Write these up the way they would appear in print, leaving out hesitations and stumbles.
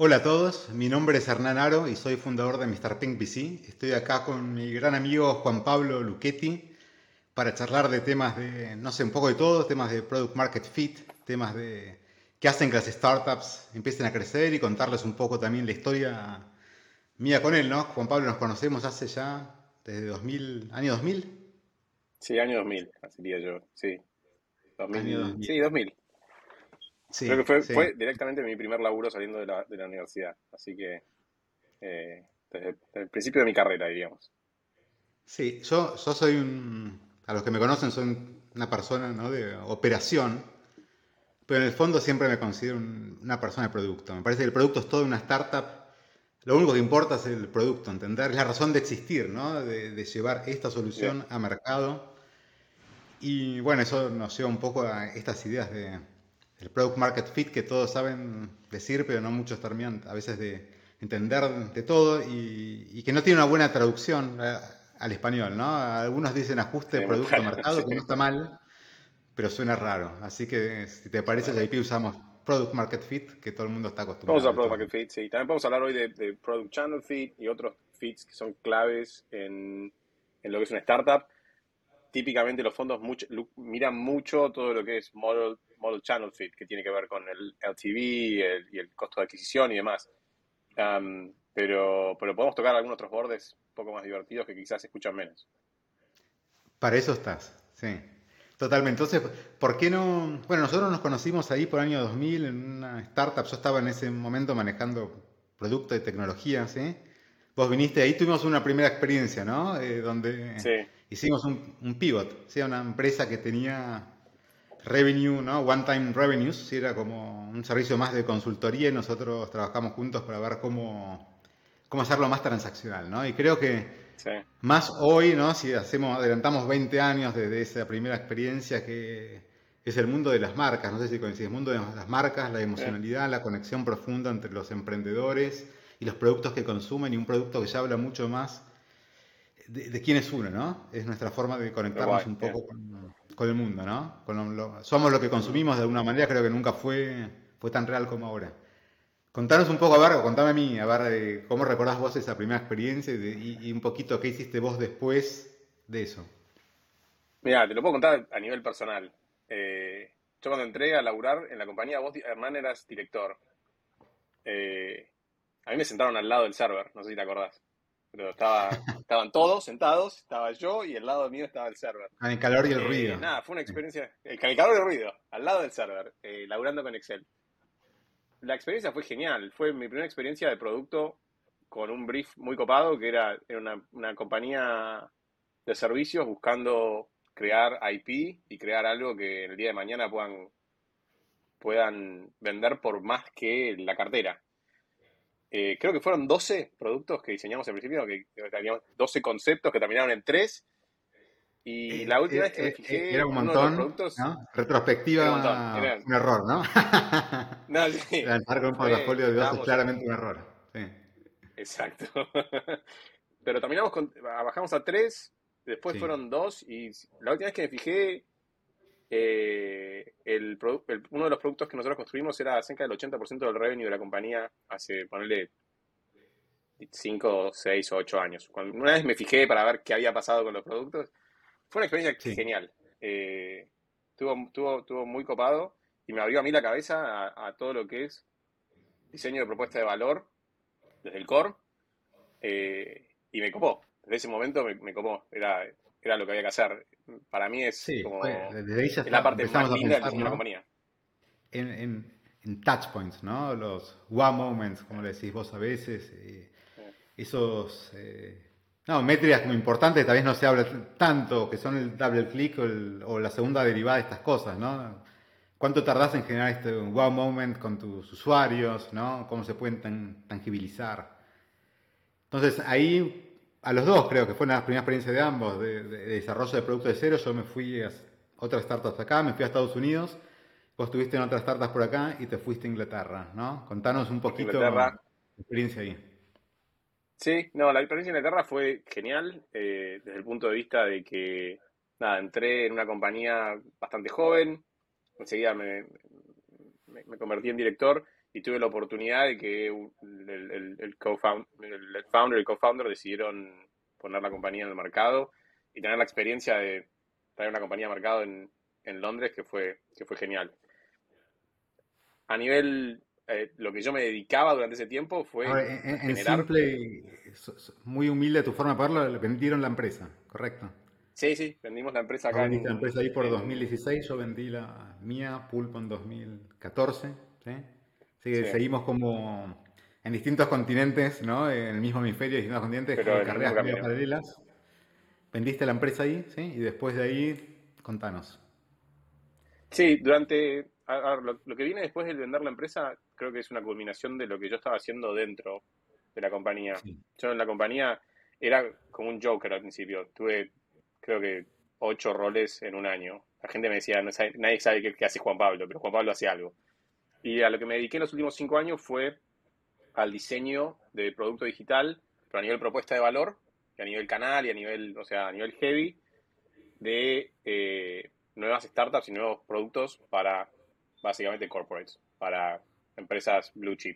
Hola a todos, mi nombre es Hernán Aro y soy fundador de Mr. Pink VC. Estoy acá con mi gran amigo Juan Pablo Luchetti para charlar de temas de, no sé, un poco de todo, temas de Product Market Fit, temas de qué hacen que las startups empiecen a crecer y contarles un poco también la historia mía con él, ¿no? Juan Pablo nos conocemos hace ya desde 2000, año 2000, Sí, año 2000, así diría yo. Sí, año 2000, 2000. sí, 2000. Creo que Sí, fue sí. directamente mi primer laburo saliendo de la universidad. Así que desde el principio de mi carrera, diríamos. Sí, yo soy a los que me conocen, soy una persona, ¿no? De operación. Pero en el fondo siempre me considero una persona de producto. Me parece que el producto es todo una startup. Lo único que importa es el producto, entender, es la razón de existir, ¿no? De llevar esta Bien, solución a mercado. Y bueno, eso nos lleva un poco a estas ideas del product market fit que todos saben decir, pero no muchos terminan a veces de entender de todo y que no tiene una buena traducción al español, ¿no? Algunos dicen ajuste sí, muy producto bueno. mercado, Sí, que no está mal, pero suena raro. Así que si te suena parece, raro. JP, usamos Product Market Fit, que todo el mundo está Vamos acostumbrado a de Product todos Market modos. Fit, sí. También podemos hablar hoy de Product Channel Fit y otros fits que son claves en lo que es una startup. Típicamente los fondos miran mucho todo lo que es model Channel Fit, que tiene que ver con el LTV y el costo de adquisición y demás. Pero podemos tocar algunos otros bordes un poco más divertidos que quizás se escuchan menos. Para eso estás, sí. Totalmente. Entonces, ¿por qué no? Bueno, nosotros nos conocimos ahí por el año 2000 en una startup. Yo estaba en ese momento manejando productos de tecnología, ¿sí? Vos viniste ahí, tuvimos una primera experiencia, ¿no? Donde Sí, hicimos un pivot, ¿sí? Una empresa que tenía revenue, ¿no? One time revenues, ¿sí? Era como un servicio más de consultoría y nosotros trabajamos juntos para ver cómo hacerlo más transaccional, ¿no? Y creo que sí, más hoy, ¿no? Si adelantamos 20 años desde esa primera experiencia que es el mundo de las marcas, no sé si coincides, el mundo de las marcas, la sí, emocionalidad, la conexión profunda entre los emprendedores y los productos que consumen y un producto que ya habla mucho más de quién es uno, ¿no? Es nuestra forma de lo conectarnos guay, un bien. poco con el mundo, ¿no? Somos lo que Ujú. consumimos de alguna manera, creo que nunca fue tan real como ahora. Contanos un poco, a ver, o contame a mí, a ver, cómo recordás vos esa primera experiencia y un poquito qué hiciste vos después de eso. Mira, te lo puedo contar a nivel personal. Yo cuando entré a laburar en la compañía, vos, Hernán, eras director. Eh, a mí me sentaron al lado del server, no sé si te acordás. Pero estaban todos sentados, estaba yo y al lado mío estaba el server. Ah, el calor y el ruido. Nada, fue una Sí. experiencia. El calor de ruido, al lado del server, laburando con Excel. La experiencia fue genial. Fue mi primera experiencia de producto con un brief muy copado, que era una compañía de servicios buscando crear IP y crear algo que el día de mañana puedan vender por más que la cartera. Creo que fueron 12 productos que diseñamos al principio, que teníamos 12 conceptos que terminaron en 3. Y la última vez que me Era fijé, un uno de los montón, productos ¿no? era un montón. Retrospectiva, un error, ¿no? No, sí, Lanzar con un portafolio de dos es estábamos claramente un error. Sí. exacto. Pero bajamos a 3, después Sí. fueron 2 y la última vez que me fijé, uno de los productos que nosotros construimos era cerca del 80% del revenue de la compañía hace, ponerle 5, 6 o 8 años. Una vez me fijé para ver qué había pasado con los productos, fue una experiencia Sí. genial. Estuvo muy copado y me abrió a mí la cabeza a todo lo que es diseño de propuesta de valor desde el core y me copó. Desde ese momento me copó. Era lo que había que hacer. Para mí es Sí, como. desde ahí ya Es la parte más empezamos a linda del pensar, diseño de una ¿no? compañía. En touch points, ¿no? Los wow moments, como le decís vos a veces. Eh, Esos, no, métricas como importantes, tal vez no se habla tanto, que son el double click o la segunda derivada de estas cosas, ¿no? ¿Cuánto tardás en generar este wow moment con tus usuarios, ¿no? ¿Cómo se pueden tangibilizar? Entonces ahí, a los dos creo que fue una primera experiencia de ambos, de desarrollo de producto de cero. Yo me fui a otras startups acá, me fui a Estados Unidos, vos estuviste en otras startups por acá y te fuiste a Inglaterra, ¿no? Contanos un Fuiste a poquito Inglaterra. tu experiencia ahí. Sí, no, la experiencia en Inglaterra fue genial desde el punto de vista de que, nada, entré en una compañía bastante joven, enseguida me convertí en director y tuve la oportunidad de que el founder y el co-founder decidieron poner la compañía en el mercado y tener la experiencia de traer una compañía al mercado en Londres que fue genial. A nivel, lo que yo me dedicaba durante ese tiempo fue Ahora, a en generar. simple, muy humilde tu forma de verlo, le vendieron la empresa, ¿correcto? Sí, sí, vendimos la empresa Vos acá vendiste la empresa ahí por en 2016, yo vendí la mía, Pulpo, en 2014, ¿sí? Así que sí, seguimos como en distintos continentes, ¿no? En el mismo hemisferio, distintos continentes, pero en el mismo carreras medio camino. paralelas. Vendiste la empresa ahí, ¿sí? Y después de ahí, contanos. Sí, lo que viene después de vender la empresa, creo que es una culminación de lo que yo estaba haciendo dentro de la compañía. Sí. Yo en la compañía era como un Joker al principio. Tuve, creo que, 8 roles en un año. La gente me decía, nadie sabe qué hace Juan Pablo, pero Juan Pablo hace algo. Y a lo que me dediqué en los últimos 5 años fue al diseño de producto digital, pero a nivel propuesta de valor, y a nivel canal y a nivel, o sea, a nivel heavy, de nuevas startups y nuevos productos para básicamente corporates, para empresas blue chip.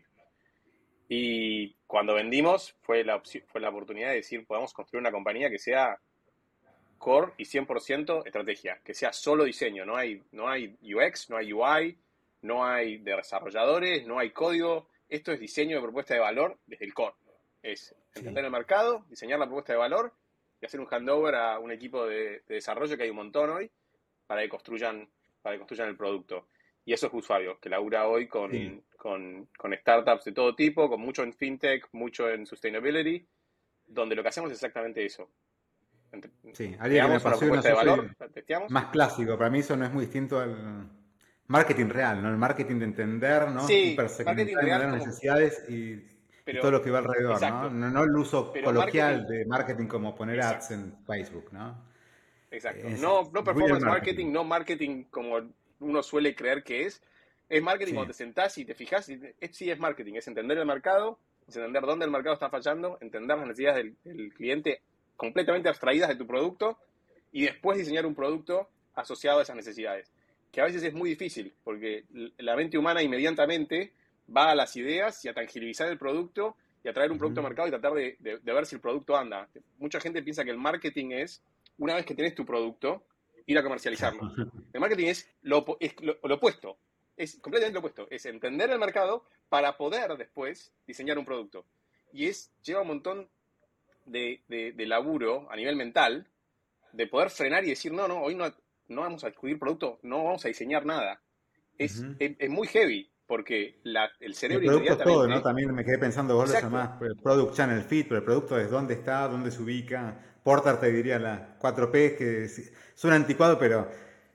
Y cuando vendimos fue la oportunidad de decir, podemos construir una compañía que sea core y 100% estrategia, que sea solo diseño, no hay UX, no hay UI, no hay desarrolladores, no hay código, esto es diseño de propuesta de valor desde el core. Es Sí. entender el mercado, diseñar la propuesta de valor y hacer un handover a un equipo de desarrollo que hay un montón hoy para que construyan el producto. Y eso es usuario, que labura hoy Sí. con startups de todo tipo, con mucho en fintech, mucho en sustainability, donde lo que hacemos es exactamente eso. Sí, alguien que me Creamos una apasiona, propuesta de yo valor, soy la testeamos. más clásico, para mí eso no es muy distinto al marketing real, ¿no? El marketing de entender, ¿no? Sí, marketing Hipersegmentar, real entender las como, necesidades y todo pero, lo que va alrededor, ¿no? exacto, No el uso pero marketing, coloquial de marketing como poner ads exacto, en Facebook, ¿no? exacto. Es No real performance marketing. marketing, no marketing como uno suele creer que es. Es marketing Sí. cuando te sentás y te fijas, sí es marketing, es entender el mercado, es entender dónde el mercado está fallando, entender las necesidades del cliente completamente abstraídas de tu producto y después diseñar un producto asociado a esas necesidades. Que a veces es muy difícil, porque la mente humana inmediatamente va a las ideas y a tangibilizar el producto y a traer un producto Ujú. al mercado y tratar de ver si el producto anda. Mucha gente piensa que el marketing es, una vez que tienes tu producto, ir a comercializarlo. El marketing es lo opuesto, es completamente lo opuesto, es entender el mercado para poder después diseñar un producto. Y lleva un montón de laburo a nivel mental de poder frenar y decir, no, hoy no vamos a descubrir producto, no vamos a diseñar nada. Ujú. Es muy heavy, porque el Y el cerebro producto es todo, ¿no? inmediatamente, También me quedé pensando, vos lo exacto, llamás Product Channel Fit, pero el producto es dónde está, dónde se ubica. Porter te diría las 4P, que suena anticuado, pero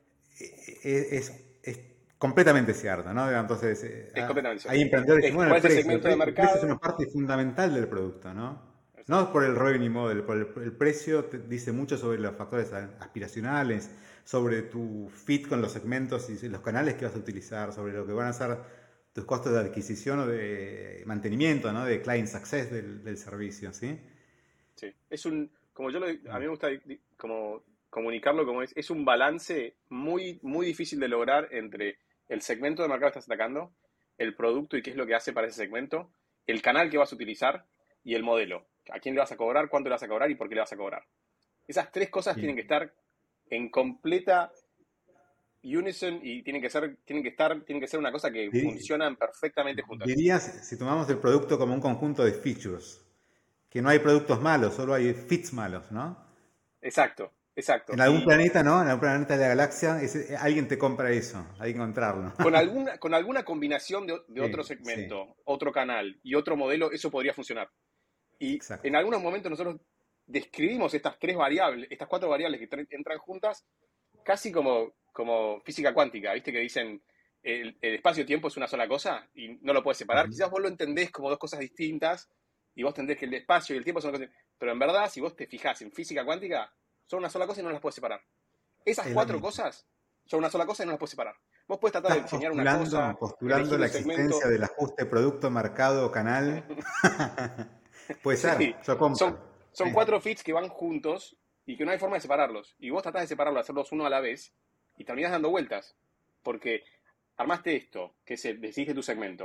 es completamente cierto, ¿no? Entonces, es completamente hay cierto. emprendedores que Es dicen, bueno, cuál el es el precio, segmento de el precio es mercado. una parte fundamental del producto, ¿no? No Exacto. por el revenue model, por el precio te dice mucho sobre los factores aspiracionales, sobre tu fit con los segmentos y los canales que vas a utilizar, sobre lo que van a ser tus costos de adquisición o de mantenimiento, ¿no? De client success del servicio, ¿sí? Sí. A mí me gusta como comunicarlo como es un balance muy difícil de lograr entre el segmento de mercado que estás atacando, el producto y qué es lo que hace para ese segmento, el canal que vas a utilizar y el modelo. A quién le vas a cobrar, cuánto le vas a cobrar y por qué le vas a cobrar. Esas tres cosas Sí. tienen que estar en completa unison y tienen que ser una cosa que Diri- funcionan perfectamente juntas. Dirías, si tomamos el producto como un conjunto de features, que no hay productos malos, solo hay fits malos, ¿no? Exacto, En exacto. algún Y planeta, ¿no? En algún planeta de la galaxia, alguien te compra eso, hay que encontrarlo. con alguna combinación de otro Sí, sí, segmento, otro canal y otro modelo, eso podría funcionar. Y en exacto. algunos momentos nosotros describimos estas tres variables, estas cuatro variables que entran juntas, casi como física cuántica, ¿viste? Que dicen el espacio-tiempo es una sola cosa y no lo puedes separar. Ujú. Quizás vos lo entendés como dos cosas distintas y vos entendés que el espacio y el tiempo son cosas. Pero en verdad, si vos te fijás en física cuántica, son una sola cosa y no las puedes separar. Esas Es lo cuatro mismo. cosas son una sola cosa y no las puedes separar. Vos puedes tratar de Estás diseñar una cosa, postulando elegir la un existencia segmento. del ajuste producto, mercado, canal. Puede ser, Sí, yo compro. son cuatro fits que van juntos y que no hay forma de separarlos. Y vos tratás de separarlos, hacerlos uno a la vez y terminás dando vueltas. Porque armaste esto, que es decidiste tu segmento.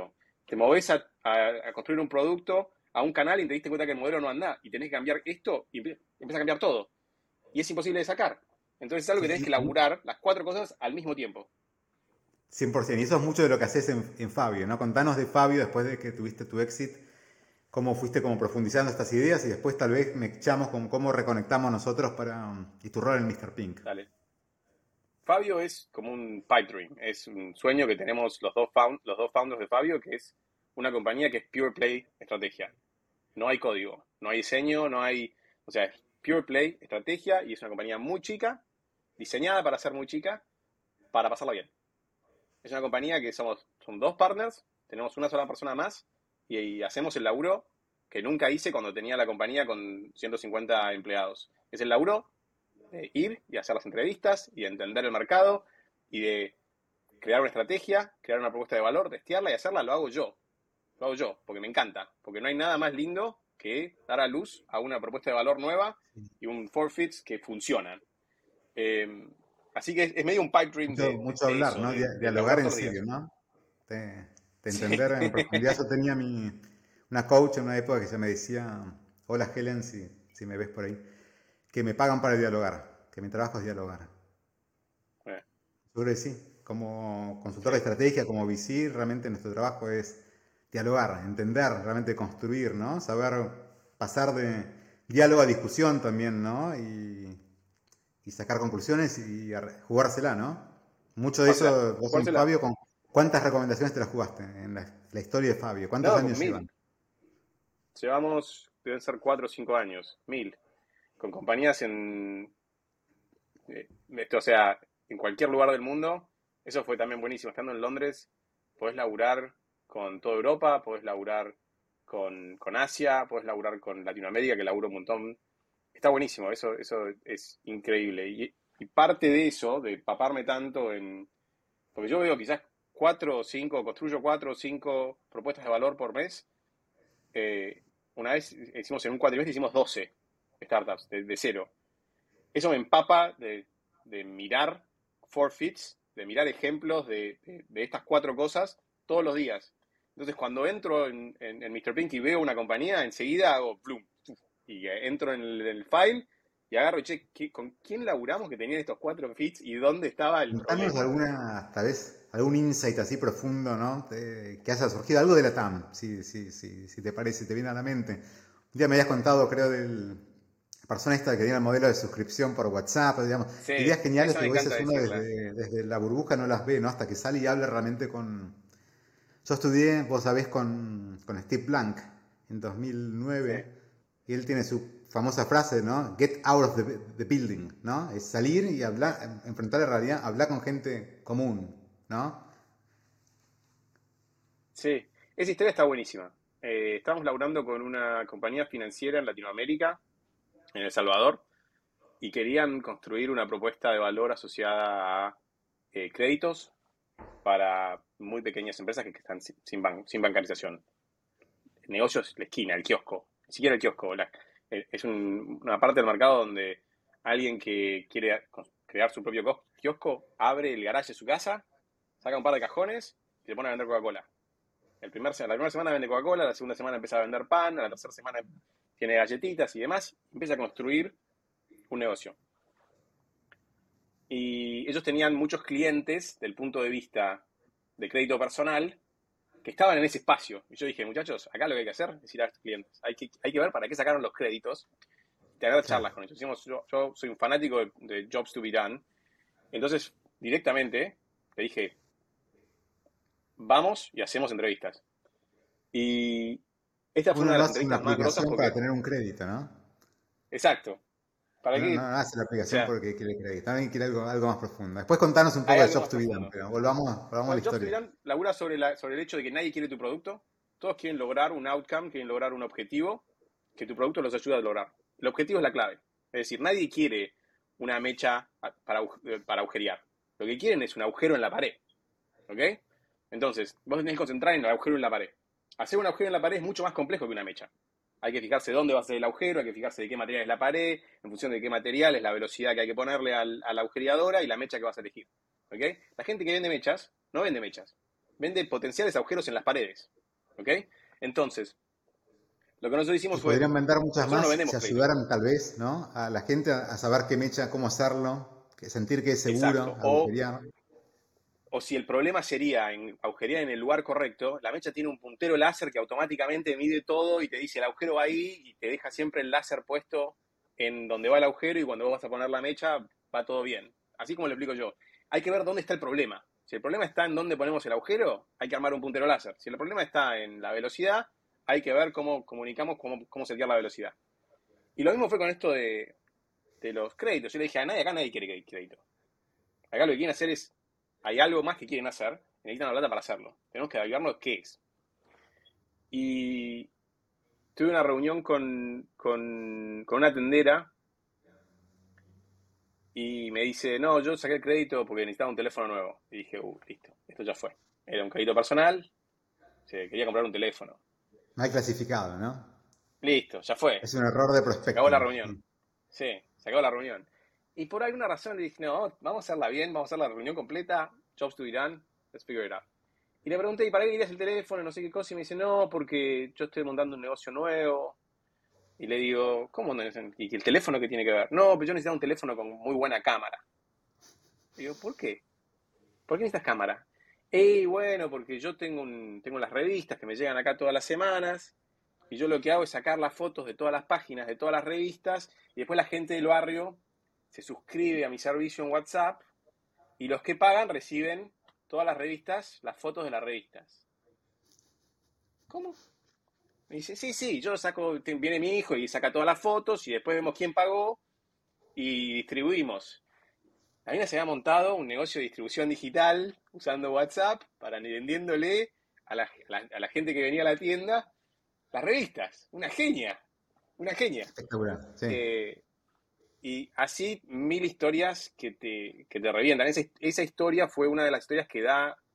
Te movés a construir un producto, a un canal y te diste cuenta que el modelo no anda y tenés que cambiar esto y empieza a cambiar todo. Y es imposible de sacar. Entonces es algo que tenés que Sí, laburar las 4 cosas al mismo tiempo. 100%. Y eso es mucho de lo que haces en Fabio, ¿no? Contanos de Fabio después de que tuviste tu exit, cómo fuiste como profundizando estas ideas y después tal vez me echamos con cómo reconectamos nosotros y tu rol en Mr. Pink. Dale. Fabio es como un pipe dream, es un sueño que tenemos los dos founders de Fabio, que es una compañía que es pure play estrategia. No hay código, no hay diseño, no hay, o sea, es pure play estrategia y es una compañía muy chica, diseñada para ser muy chica, para pasarla bien. Es una compañía que son 2 partners, tenemos una sola persona más y hacemos el laburo que nunca hice cuando tenía la compañía con 150 empleados. Es el laburo de ir y hacer las entrevistas y de entender el mercado y de crear una estrategia, crear una propuesta de valor, testearla y hacerla, lo hago yo. Lo hago yo, porque me encanta. Porque no hay nada más lindo que dar a luz a una propuesta de valor nueva y un forfeits que funcionan. Eh, así que es medio un pipe dream Mucho, mucho de hablar, eso, ¿no? de Dialogar laburar en todos los serio, días. ¿no? De Sí. entender en profundidad. Yo tenía una coach en una época que se me decía, hola Helen, si me ves por ahí, que me pagan para dialogar, que mi trabajo es dialogar. Eh, Yo creo que sí, como consultor de sí. estrategia, como VC, realmente nuestro trabajo es dialogar, entender, realmente construir, ¿no? Saber pasar de diálogo a discusión también, ¿no? Y sacar conclusiones y jugársela, ¿no? Mucho de Jugársela. eso, vos en Jugársela. Fabio, ¿cuántas recomendaciones te las jugaste en la historia de Fabio? ¿Cuántos No, con años 1000. llevan? Llevamos, deben ser 4 o 5 años. 1000. Con compañías o sea, en cualquier lugar del mundo. Eso fue también buenísimo. Estando en Londres, podés laburar con toda Europa, podés laburar con Asia, podés laburar con Latinoamérica, que laburo un montón. Está buenísimo, eso es increíble. Y parte de eso, de paparme tanto en... Porque yo veo quizás 4 o 5, construyo 4 o 5 propuestas de valor por mes. Eh, una vez hicimos en un cuatrimestre, hicimos 12 startups de cero. Eso me empapa de mirar forfeits, de mirar ejemplos de estas 4 cosas todos los días. Entonces, cuando entro en Mr. Pink y veo una compañía, enseguida hago plum. Y entro en el file y agarro, che, ¿con quién laburamos que tenían estos 4 fits y dónde estaba el Contanos problema? alguna, tal vez, algún insight así profundo, ¿no? Que haya surgido, algo de la TAM, si te parece, si te viene a la mente. Un día me habías contado, creo, del persona esta que tenía el modelo de suscripción por WhatsApp, digamos, Sí, ideas geniales esa que me a encanta veces uno decirla. desde la burbuja no las ve, ¿no? Hasta que sale y habla realmente con... Yo estudié, vos sabés, con Steve Blank en Sí, 2009 y él tiene su famosa frase, ¿no? Get out of the building, ¿no? Es salir y hablar, enfrentar la realidad, hablar con gente común, ¿no? sí. Esa historia está buenísima. Estamos laburando con una compañía financiera en Latinoamérica, en El Salvador, y querían construir una propuesta de valor asociada a créditos para muy pequeñas empresas que están sin bancarización. El negocio es la esquina, el kiosco, ni siquiera el kiosco. Es una parte del mercado donde alguien que quiere crear su propio kiosco abre el garaje de su casa, saca un par de cajones y se pone a vender Coca-Cola. La primera semana vende Coca-Cola, la segunda semana empieza a vender pan, la tercera semana tiene galletitas y demás, empieza a construir un negocio. Y ellos tenían muchos clientes del punto de vista de crédito personal que estaban en ese espacio. Y yo dije, muchachos, acá lo que hay que hacer es ir a estos clientes. Hay que ver para qué sacaron los créditos y tener Claro. charlas con ellos. Yo soy un fanático de Jobs to be Done. Entonces, directamente le dije, vamos y hacemos entrevistas. Y esta fue Uno una de no las hace una entrevistas más grosas aplicación para porque, tener un crédito, ¿no? exacto, ¿para Uno no qué? hace la O aplicación sea, porque quiere crédito, también quiere algo más profundo. Después contanos un hay poco de algo Jobs más to be Done, profundo. pero volvamos a la Bueno, Jobs to be historia. Done labura sobre el hecho de que nadie quiere tu producto. Todos quieren lograr un outcome, quieren lograr un objetivo que tu producto los ayuda a lograr. El objetivo es la clave. Es decir, nadie quiere una mecha para agujerear. Lo que quieren es un agujero en la pared. ¿Ok? Entonces, vos tenés que concentrar en el agujero en la pared. Hacer un agujero en la pared es mucho más complejo que una mecha. Hay que fijarse dónde va a ser el agujero, hay que fijarse de qué material es la pared, en función de qué material es la velocidad que hay que ponerle a la agujereadora y la mecha que vas a elegir. ¿Ok? La gente que vende mechas no vende mechas, vende potenciales agujeros en las paredes. ¿Ok? Entonces, lo que nosotros Se hicimos fue, podrían vender muchas nosotros no más vendemos si crédito. ayudaran tal vez, ¿no? A la gente a saber qué mecha, cómo hacerlo, sentir que es seguro, Exacto. agujerear. O si el problema sería en agujerear en el lugar correcto, la mecha tiene un puntero láser que automáticamente mide todo y te dice el agujero va ahí y te deja siempre el láser puesto en donde va el agujero y cuando vos vas a poner la mecha va todo bien. Así como lo explico yo. Hay que ver dónde está el problema. Si el problema está en dónde ponemos el agujero, hay que armar un puntero láser. Si el problema está en la velocidad, hay que ver cómo comunicamos, cómo setear la velocidad. Y lo mismo fue con esto de los créditos. Yo le dije a nadie, acá nadie quiere crédito. Acá lo que quieren hacer es, hay algo más que quieren hacer, necesitan la plata para hacerlo. Tenemos que averiguarnos qué es. Y tuve una reunión con una tendera y me dice, no, yo saqué el crédito porque necesitaba un teléfono nuevo. Y dije, listo, esto ya fue. Era un crédito personal, quería comprar un teléfono. Mal clasificado, ¿no? Listo, ya fue. Es un error de Se acabó la prospecting. reunión. Sí, se acabó la reunión. Y por alguna razón le dije, no, vamos a hacerla bien, vamos a hacer la reunión completa, jobs to be done, let's figure it out. Y le pregunté, ¿y para qué querías el teléfono? No sé qué cosa. Y me dice, no, porque yo estoy montando un negocio nuevo. Y le digo, ¿cómo no? ¿Y el teléfono qué tiene que ver? No, pero yo necesitaba un teléfono con muy buena cámara. Y digo, ¿por qué? ¿Por qué necesitas cámara? Y bueno, porque yo tengo las revistas que me llegan acá todas las semanas. Y yo lo que hago es sacar las fotos de todas las páginas, de todas las revistas. Y después la gente del barrio se suscribe a mi servicio en WhatsApp. Y los que pagan reciben todas las revistas, las fotos de las revistas. ¿Cómo? Me dice, sí, sí, yo saco, viene mi hijo y saca todas las fotos y después vemos quién pagó y distribuimos. A mí me se había montado un negocio de distribución digital usando WhatsApp para vendiéndole a la gente que venía a la tienda las revistas. Una genia, una genia. Espectacular, sí. Eh, y así mil historias que te revientan. Esa historia fue una de las historias que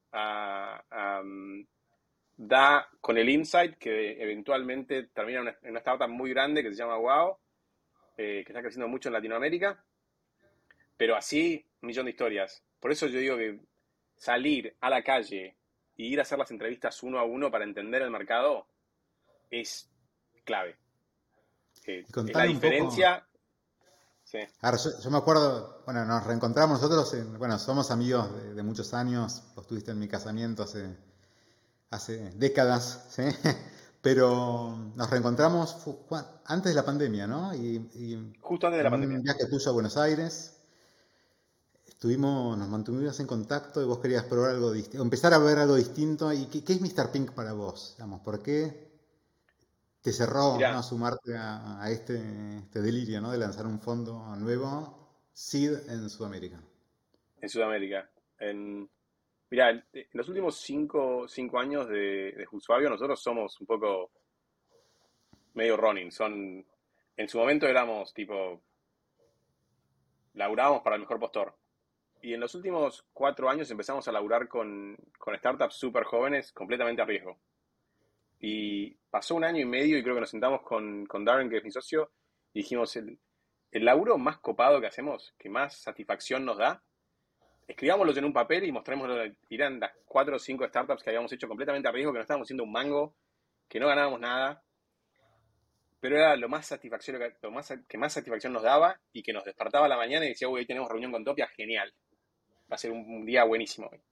da con el insight que eventualmente termina en una startup muy grande que se llama Wow, que está creciendo mucho en Latinoamérica, pero así un millón de historias. Por eso yo digo que salir a la calle y ir a hacer las entrevistas uno a uno para entender el mercado es clave. Y Es la contame un poco. diferencia. Sí. Ahora, yo me acuerdo, bueno, nos reencontramos nosotros, bueno, somos amigos de muchos años, vos estuviste en mi casamiento hace décadas, ¿sí? Pero nos reencontramos antes de la pandemia, ¿no? Y Justo antes de la en un pandemia. viaje tuyo a Buenos Aires, nos mantuvimos en contacto y vos querías probar algo distinto, empezar a ver algo distinto. ¿Y qué es Mr. Pink para vos? Digamos, ¿por qué te cerró, ¿no? Mirá, Sumarte a este delirio, ¿no? De lanzar un fondo nuevo, SEED en Sudamérica? en Sudamérica. Mirá, en los últimos cinco años de Usuario, nosotros somos un poco medio running. En su momento éramos tipo, laburábamos para el mejor postor. Y en los últimos 4 años empezamos a laburar con startups súper jóvenes, completamente a riesgo. Y pasó un año y medio y creo que nos sentamos con Darren, que es mi socio, y dijimos, el laburo más copado que hacemos, que más satisfacción nos da, escribámoslo en un papel y mostrémoslo. Eran las 4 o 5 startups que habíamos hecho completamente a riesgo, que no estábamos haciendo un mango, que no ganábamos nada, pero era lo más satisfacción, que más satisfacción nos daba y que nos despertaba a la mañana y decía, uy, hoy tenemos reunión con Topia, genial, va a ser un día buenísimo hoy.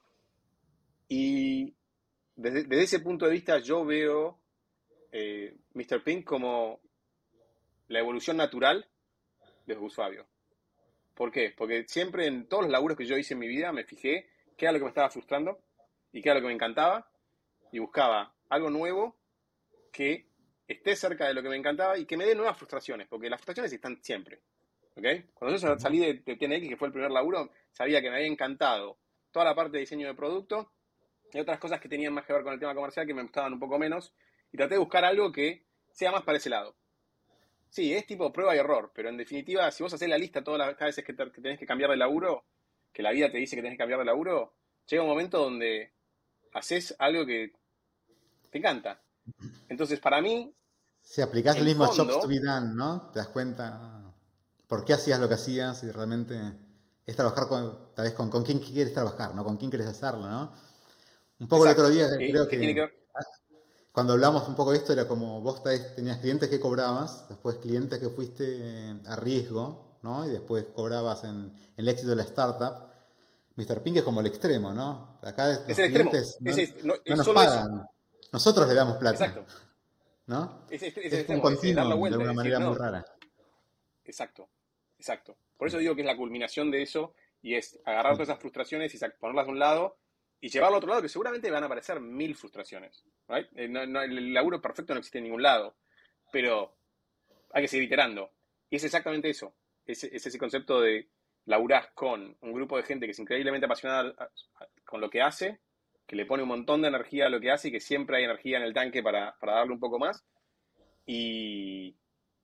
Y desde ese punto de vista yo veo Mr. Pink como la evolución natural de usuario. ¿Por qué? Porque siempre en todos los laburos que yo hice en mi vida me fijé qué era lo que me estaba frustrando y qué era lo que me encantaba y buscaba algo nuevo que esté cerca de lo que me encantaba y que me dé nuevas frustraciones, porque las frustraciones están siempre. ¿Ok? Cuando yo salí de TNX, que fue el primer laburo, sabía que me había encantado toda la parte de diseño de producto y otras cosas que tenían más que ver con el tema comercial que me gustaban un poco menos y traté de buscar algo que sea más para ese lado. Sí, es tipo prueba y error, pero en definitiva, si vos haces la lista todas las cada vez que tenés que cambiar de laburo, que la vida te dice que tenés que cambiar de laburo, llega un momento donde haces algo que te encanta. Entonces, para mí, Si aplicás el el mismo Jobs to fondo, be done, ¿no? Te das cuenta por qué hacías lo que hacías y realmente es trabajar tal vez con quién quieres trabajar, ¿no? Con quién quieres hacerlo, ¿no? Un poco el otro exacto, día creo que tiene que que ver, cuando hablamos un poco de esto, era como vos tenías clientes que cobrabas, después clientes que fuiste a riesgo, ¿no? Y después cobrabas en el éxito de la startup. Mr. Pink es como el extremo, ¿no? Acá Es los el extremo. clientes No, no es nos solo eso. pagan, nosotros le damos plata, Exacto. ¿no? Es el Es un extremo. Es dar la continuum de vuelta. Es una decir, manera muy no, rara. exacto. Exacto. Por eso digo que es la culminación de eso y es agarrar Sí. todas esas frustraciones y ponerlas a un lado y llevarlo a otro lado, que seguramente van a aparecer 1000 frustraciones. ¿Right? El laburo perfecto no existe en ningún lado, pero hay que seguir iterando. Y es exactamente eso. Es ese concepto de laburás con un grupo de gente que es increíblemente apasionada con lo que hace, que le pone un montón de energía a lo que hace y que siempre hay energía en el tanque para darle un poco más. Y,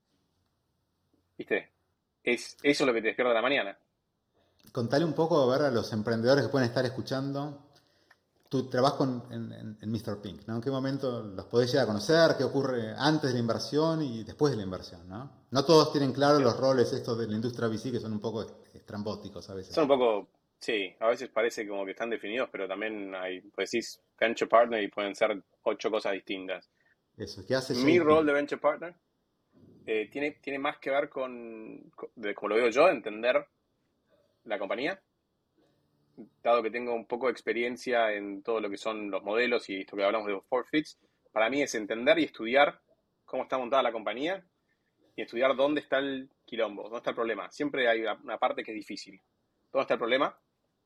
¿viste? Eso lo que te despierta la mañana. Contale un poco, a ver, a los emprendedores que pueden estar escuchando tu trabajo en Mr. Pink, ¿no? ¿En qué momento los podés llegar a conocer? ¿Qué ocurre antes de la inversión y después de la inversión, ¿no? No todos tienen claro Bien. los roles estos de la industria VC que son un poco estrambóticos a veces. Son un poco, sí, a veces parece como que están definidos, pero también hay, pues decís venture partner y pueden ser 8 cosas distintas. Eso, ¿qué hace Mi rol JP? de venture partner tiene más que ver como lo veo yo, entender la compañía, dado que tengo un poco de experiencia en todo lo que son los modelos y esto que hablamos de los forfeits, para mí es entender y estudiar cómo está montada la compañía y estudiar dónde está el quilombo, dónde está el problema. Siempre hay una parte que es difícil. ¿Dónde está el problema?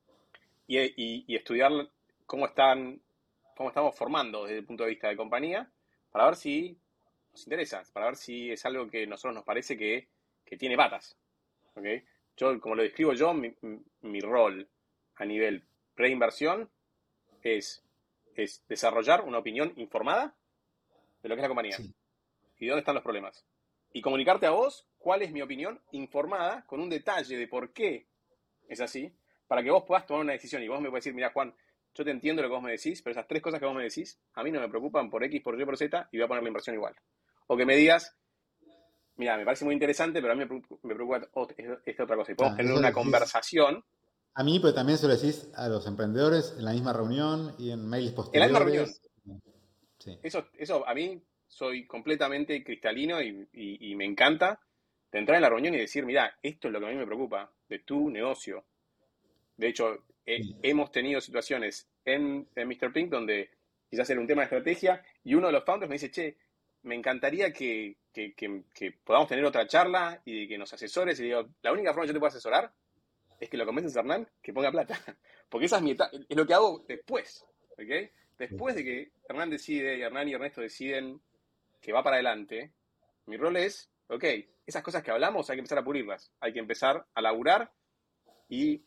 Y estudiar cómo cómo estamos formando desde el punto de vista de compañía para ver si nos interesa, para ver si es algo que a nosotros nos parece que tiene patas. ¿Okay? Yo, como lo describo yo, mi rol a nivel preinversión es, es desarrollar una opinión informada de lo que es la compañía Sí. y de dónde están los problemas. Y comunicarte a vos cuál es mi opinión informada con un detalle de por qué es así, para que vos puedas tomar una decisión. Y vos me puedes decir, mira, Juan, yo te entiendo lo que vos me decís, pero esas 3 cosas que vos me decís, a mí no me preocupan por X, por Y, por Z, y voy a poner la inversión igual. O que me digas, mira, me parece muy interesante, pero a mí me preocupa esta otra cosa. Y podemos Ah, tener eso una les decís conversación a mí, pero también se lo decís a los emprendedores en la misma reunión y en mails en la misma reunión. posteriores. Sí. Eso a mí soy completamente cristalino y me encanta de entrar en la reunión y decir, mira, esto es lo que a mí me preocupa de tu negocio. De hecho, Sí. hemos tenido situaciones en Mr. Pink donde quizás era un tema de estrategia y uno de los founders me dice, che, me encantaría que podamos tener otra charla y que nos asesores. Y digo, la única forma que yo te puedo asesorar es que lo convences a Hernán que ponga plata. Porque esa es lo que hago después. ¿Ok? Después de que Hernán decide y Hernán y Ernesto deciden que va para adelante, mi rol es, ok, esas cosas que hablamos hay que empezar a pulirlas. Hay que empezar a laburar y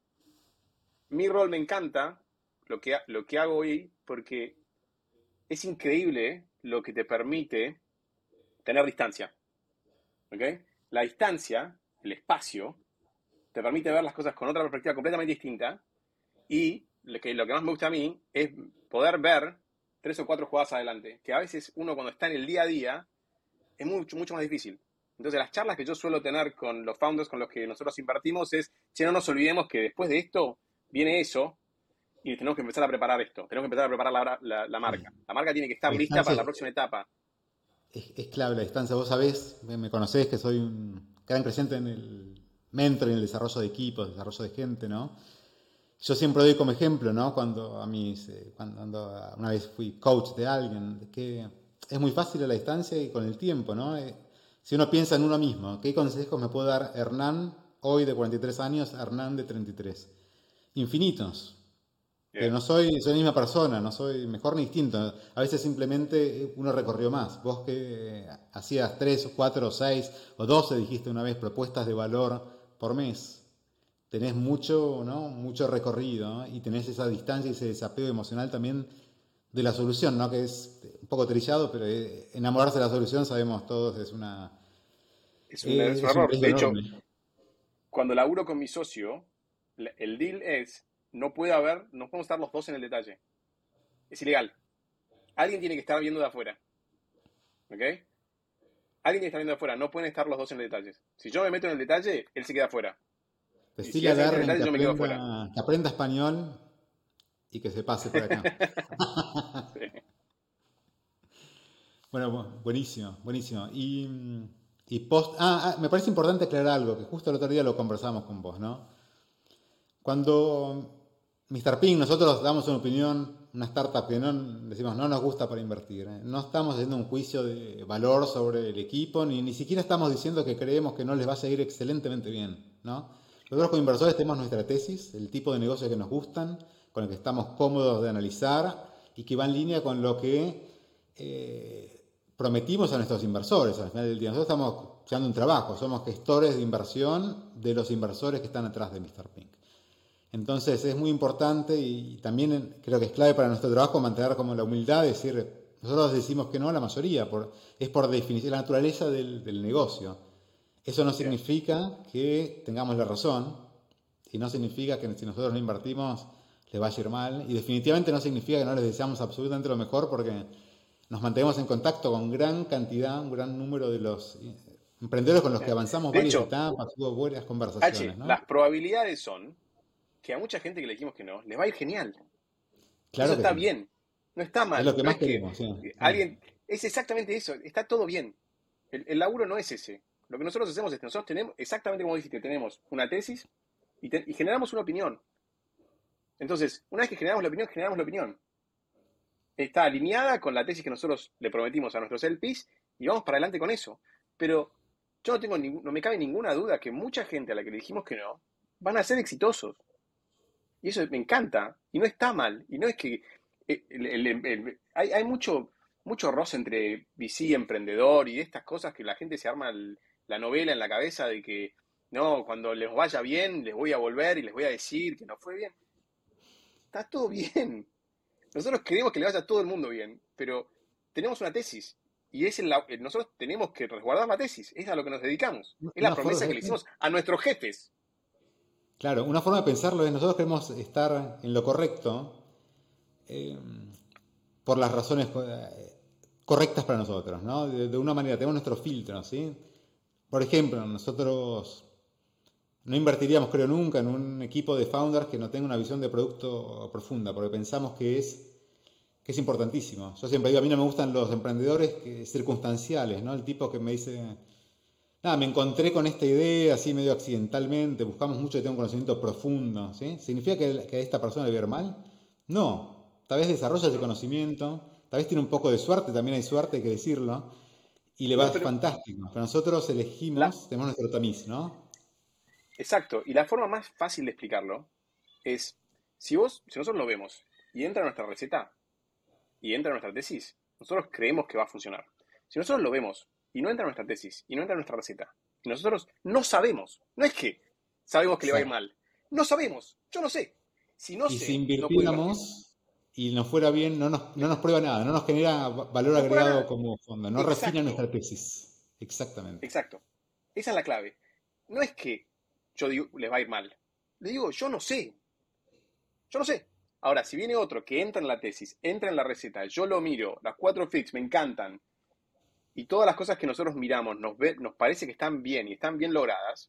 mi rol me encanta lo que hago hoy porque es increíble lo que te permite tener distancia. ¿Ok? La distancia, el espacio, te permite ver las cosas con otra perspectiva completamente distinta y lo que más me gusta a mí es poder ver 3 o 4 jugadas adelante, que a veces uno cuando está en el día a día es mucho, mucho más difícil. Entonces las charlas que yo suelo tener con los founders con los que nosotros invertimos es, che, no nos olvidemos que después de esto viene eso y tenemos que empezar a preparar esto, tenemos que empezar a preparar la Sí. marca. La marca tiene que La estar lista distancia para la próxima etapa. es clave, la distancia. Vos sabés, me conocés que soy un gran creyente en el mentor, en el desarrollo de equipos, desarrollo de gente, ¿no? Yo siempre doy como ejemplo, ¿no? Cuando una vez fui coach de alguien, de que es muy fácil a la distancia y con el tiempo, ¿no? Si uno piensa en uno mismo, ¿qué consejos me puede dar Hernán, hoy de 43 años, Hernán de 33? Infinitos. Pero Yeah. no soy la misma persona, no soy mejor ni distinto. A veces simplemente uno recorrió más. Vos que hacías 3 o 4 o 6 o 12, dijiste una vez, propuestas de valor por mes. Tenés mucho, ¿no? Mucho recorrido, ¿no? Y tenés esa distancia y ese desapego emocional también de la solución, ¿no? Que es un poco trillado, pero enamorarse de la solución sabemos todos Es un es un error. riesgo De hecho, enorme. cuando laburo con mi socio, el deal es, no podemos estar los dos en el detalle. Es ilegal. Alguien tiene que estar viendo de afuera. ¿Ok? Alguien tiene que estar viendo de afuera. No pueden estar los dos en el detalle. Si yo me meto en el detalle, él se queda afuera. Y si Decirle él a se mete en el Darren detalle, yo me quedo afuera. que aprenda español y que se pase por acá. Sí. Bueno, buenísimo, buenísimo. Me parece importante aclarar algo, que justo el otro día lo conversamos con vos, ¿no? Cuando Mr. Ping, nosotros damos una opinión, una startup que no decimos no nos gusta para invertir, ¿eh? No estamos haciendo un juicio de valor sobre el equipo, ni siquiera estamos diciendo que creemos que no les va a seguir excelentemente bien, ¿no? Nosotros como inversores tenemos nuestra tesis, el tipo de negocios que nos gustan, con el que estamos cómodos de analizar y que va en línea con lo que prometimos a nuestros inversores. Al final del día, nosotros estamos haciendo un trabajo, somos gestores de inversión de los inversores que están atrás de Mr. Pink. Entonces es muy importante y también creo que es clave para nuestro trabajo mantener como la humildad de decir, nosotros decimos que no a la mayoría, es por definición la naturaleza del negocio. Eso no Bien. significa que tengamos la razón y no significa que si nosotros no invertimos les va a ir mal y definitivamente no significa que no les deseamos absolutamente lo mejor porque nos mantenemos en contacto con gran cantidad, un gran número de los emprendedores con los que avanzamos De varias hecho, etapas, hubo buenas conversaciones, H, ¿no? las probabilidades son que a mucha gente que le dijimos que no, les va a ir genial. Y eso Claro que está sí. bien, no está Es lo mal. que No más es que queremos, sí, sí. alguien... Es exactamente eso, está todo bien. El laburo no es ese. Lo que nosotros hacemos es que nosotros tenemos, exactamente como dijiste, tenemos una tesis y generamos una opinión. Entonces, una vez que generamos la opinión. Está alineada con la tesis que nosotros le prometimos a nuestros LPs y vamos para adelante con eso. Pero yo no me cabe ninguna duda que mucha gente a la que le dijimos que no, van a ser exitosos. Y eso me encanta. Y no está mal. Y no es que... hay mucho roce entre VC y emprendedor y estas cosas que la gente se arma la novela en la cabeza de que, no, cuando les vaya bien, les voy a volver y les voy a decir que no fue bien. Está todo bien. Nosotros queremos que le vaya a todo el mundo bien, pero tenemos una tesis. Y nosotros tenemos que resguardar la tesis. Es a lo que nos dedicamos. Es la Una forma, promesa que le hicimos a nuestros jefes. claro, una forma de pensarlo es nosotros queremos estar en lo correcto eh, por las razones correctas para nosotros, ¿no? De una manera, tenemos nuestros filtros, ¿sí? Por ejemplo, nosotros no invertiríamos, creo, nunca en un equipo de founders que no tenga una visión de producto profunda, porque pensamos que es importantísimo. Yo siempre digo, a mí no me gustan los emprendedores circunstanciales, ¿no? El tipo que me dice, nada, me encontré con esta idea así medio accidentalmente, buscamos mucho y tengo un conocimiento profundo, ¿sí? ¿Significa que a esta persona le va a ir mal? No, tal vez desarrolla ese No, conocimiento, tal vez tiene un poco de suerte, también hay suerte, hay que decirlo, y le va no, pero fantástico. Pero nosotros la, elegimos, tenemos nuestro tamiz, ¿no? exacto. Y la forma más fácil de explicarlo es, si nosotros lo vemos y entra en nuestra receta y entra en nuestra tesis, nosotros creemos que va a funcionar. Si nosotros lo vemos y no entra en nuestra tesis y no entra en nuestra receta, y nosotros no sabemos, no es que sabemos que le va a ir Exacto. mal, no sabemos, yo no sé. Si no Y si sé, no puedo invertir. invirtiéramos y nos fuera bien, no nos prueba nada, no nos genera valor No fuera agregado nada. como fondo, no refina Exacto, nuestra tesis. Exactamente. exacto. Esa es la clave. No es que yo digo, les va a ir mal. Le digo, yo no sé. Yo no sé. Ahora, si viene otro que entra en la tesis, entra en la receta, yo lo miro, las cuatro fix me encantan, y todas las cosas que nosotros miramos nos parece que están bien y están bien logradas,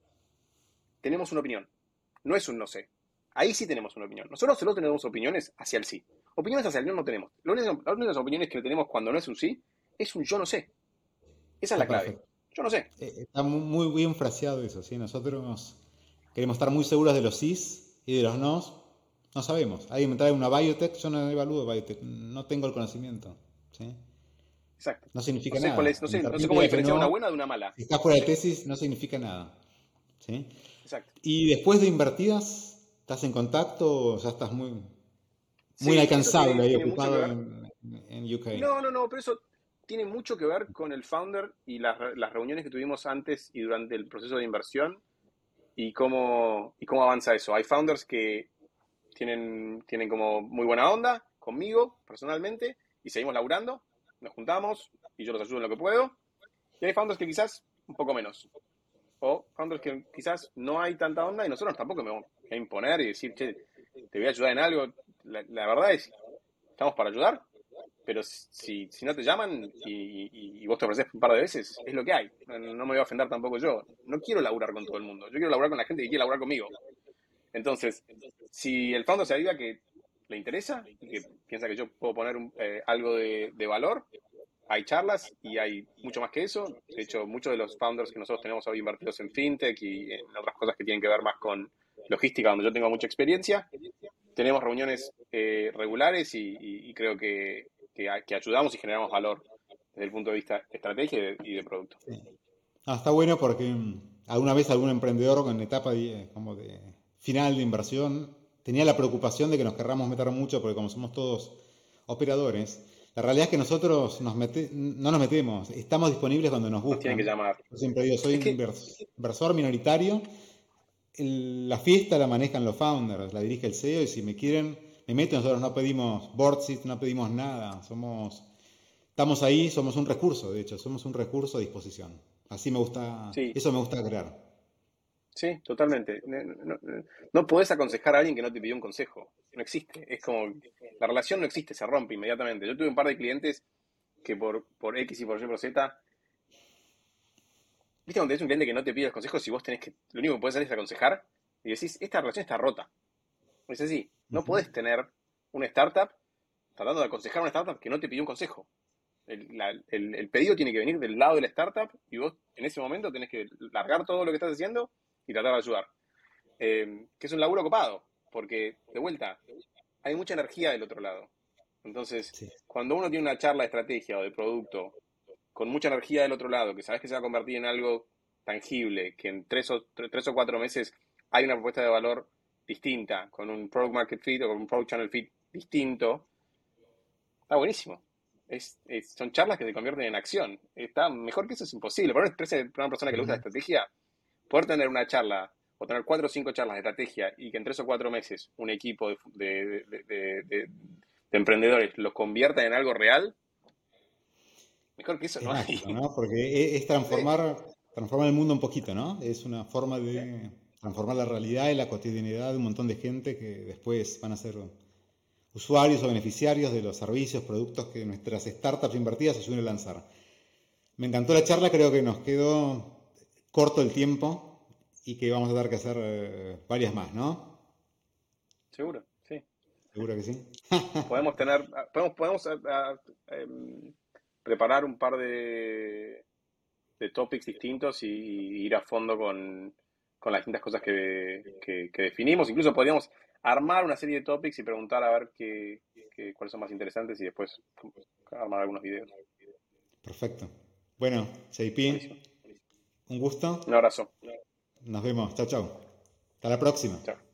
tenemos una opinión. No es un no sé. Ahí sí tenemos una opinión. Nosotros solo tenemos opiniones hacia el sí. Opiniones hacia el no no tenemos. Las únicas opiniones que tenemos cuando no es un sí es un yo no sé. Esa es Está la clave. perfecto. Yo no sé. Está muy bien fraseado eso, ¿sí? Nosotros queremos estar muy seguros de los sís y de los nos. No sabemos. Alguien me trae una biotech, yo no evalúo biotech, no tengo el conocimiento, ¿sí? Exacto. No No significa sé cuál nada. es, no Que mi sé, no sé serpiente cómo diga que diferenciar una no, buena de una mala. si está fuera de tesis, no significa nada, ¿sí? Exacto. Y después de invertidas, ¿estás en contacto o ya estás muy Sí, eso inalcanzable ahí tiene mucho que ocupado ver. en UK? No, pero eso tiene mucho que ver con el founder y las reuniones que tuvimos antes y durante el proceso de inversión y cómo avanza eso. Hay founders que tienen como muy buena onda conmigo personalmente y seguimos laburando, nos juntamos y yo los ayudo en lo que puedo. Y hay founders que quizás un poco menos. O founders que quizás no hay tanta onda y nosotros tampoco me vamos a imponer y decir, che, te voy a ayudar en algo. La verdad es, estamos para ayudar, pero si no te llaman y vos te ofreces un par de veces, es lo que hay. No me voy a ofender tampoco yo. No quiero laburar con todo el mundo. Yo quiero laburar con la gente que quiere laburar conmigo. Entonces, si el founder se aviva que le interesa y que piensa que yo puedo poner algo de valor, hay charlas y hay mucho más que eso. De hecho, muchos de los founders que nosotros tenemos hoy invertidos en fintech y en otras cosas que tienen que ver más con logística, donde yo tengo mucha experiencia, tenemos reuniones regulares y creo que ayudamos y generamos valor desde el punto de vista de estrategia y de producto. Sí. Está bueno porque alguna vez algún emprendedor en etapa como de final de inversión tenía la preocupación de que nos querramos meter mucho porque como somos todos operadores, la realidad es que nosotros no nos metemos, estamos disponibles cuando nos Nos tienen que buscan. llamar. Yo siempre digo, soy Es que, inversor minoritario, la fiesta la manejan los founders, la dirige el CEO y si me quieren, me meto, nosotros no pedimos board seat, no pedimos nada, estamos ahí, somos un recurso, de hecho, somos un recurso a disposición. Así me gusta, sí, eso me gusta crear. sí, totalmente. No podés aconsejar a alguien que no te pidió un consejo. No existe. Es como, la relación no existe, se rompe inmediatamente. Yo tuve un par de clientes que por X y por Y por Z, viste cuando tenés un cliente que no te pide los consejos y vos tenés que, lo único que podés hacer es aconsejar y decís, esta relación está rota. Es así, no Ujú. podés tener una startup tratando de aconsejar a una startup que no te pidió un consejo. El pedido tiene que venir del lado de la startup y vos en ese momento tenés que largar todo lo que estás haciendo y tratar de ayudar. Que es un laburo copado, porque de vuelta, hay mucha energía del otro lado. Entonces, Sí. cuando uno tiene una charla de estrategia o de producto con mucha energía del otro lado, que sabes que se va a convertir en algo tangible, que en 3 o 4 meses hay una propuesta de valor distinta, con un product market fit o con un product channel fit distinto, está buenísimo. Son charlas que se convierten en acción. Está mejor que eso es imposible. Para una persona que le gusta la Ujú. estrategia, poder tener una charla o tener 4 o 5 charlas de estrategia y que en 3 o 4 meses un equipo de emprendedores los convierta en algo real, mejor que eso Es no mágico, hay. ¿no? Porque es Sí, transformar el mundo un poquito, ¿no? Es una forma sí, de transformar la realidad y la cotidianidad de un montón de gente que después van a ser usuarios o beneficiarios de los servicios, productos que nuestras startups invertidas ayuden a lanzar. Me encantó la charla, creo que nos quedó corto el tiempo y que vamos a tener que hacer varias más, ¿no? seguro, sí. Seguro que sí. Podemos preparar un par de topics distintos y ir a fondo con las distintas cosas que definimos. Incluso podríamos armar una serie de topics y preguntar a ver cuáles son más interesantes y después armar algunos videos. Perfecto. Bueno, Buenísimo. JP, un gusto. Un abrazo. Nos vemos. Chao, chao. Hasta la próxima. Chao.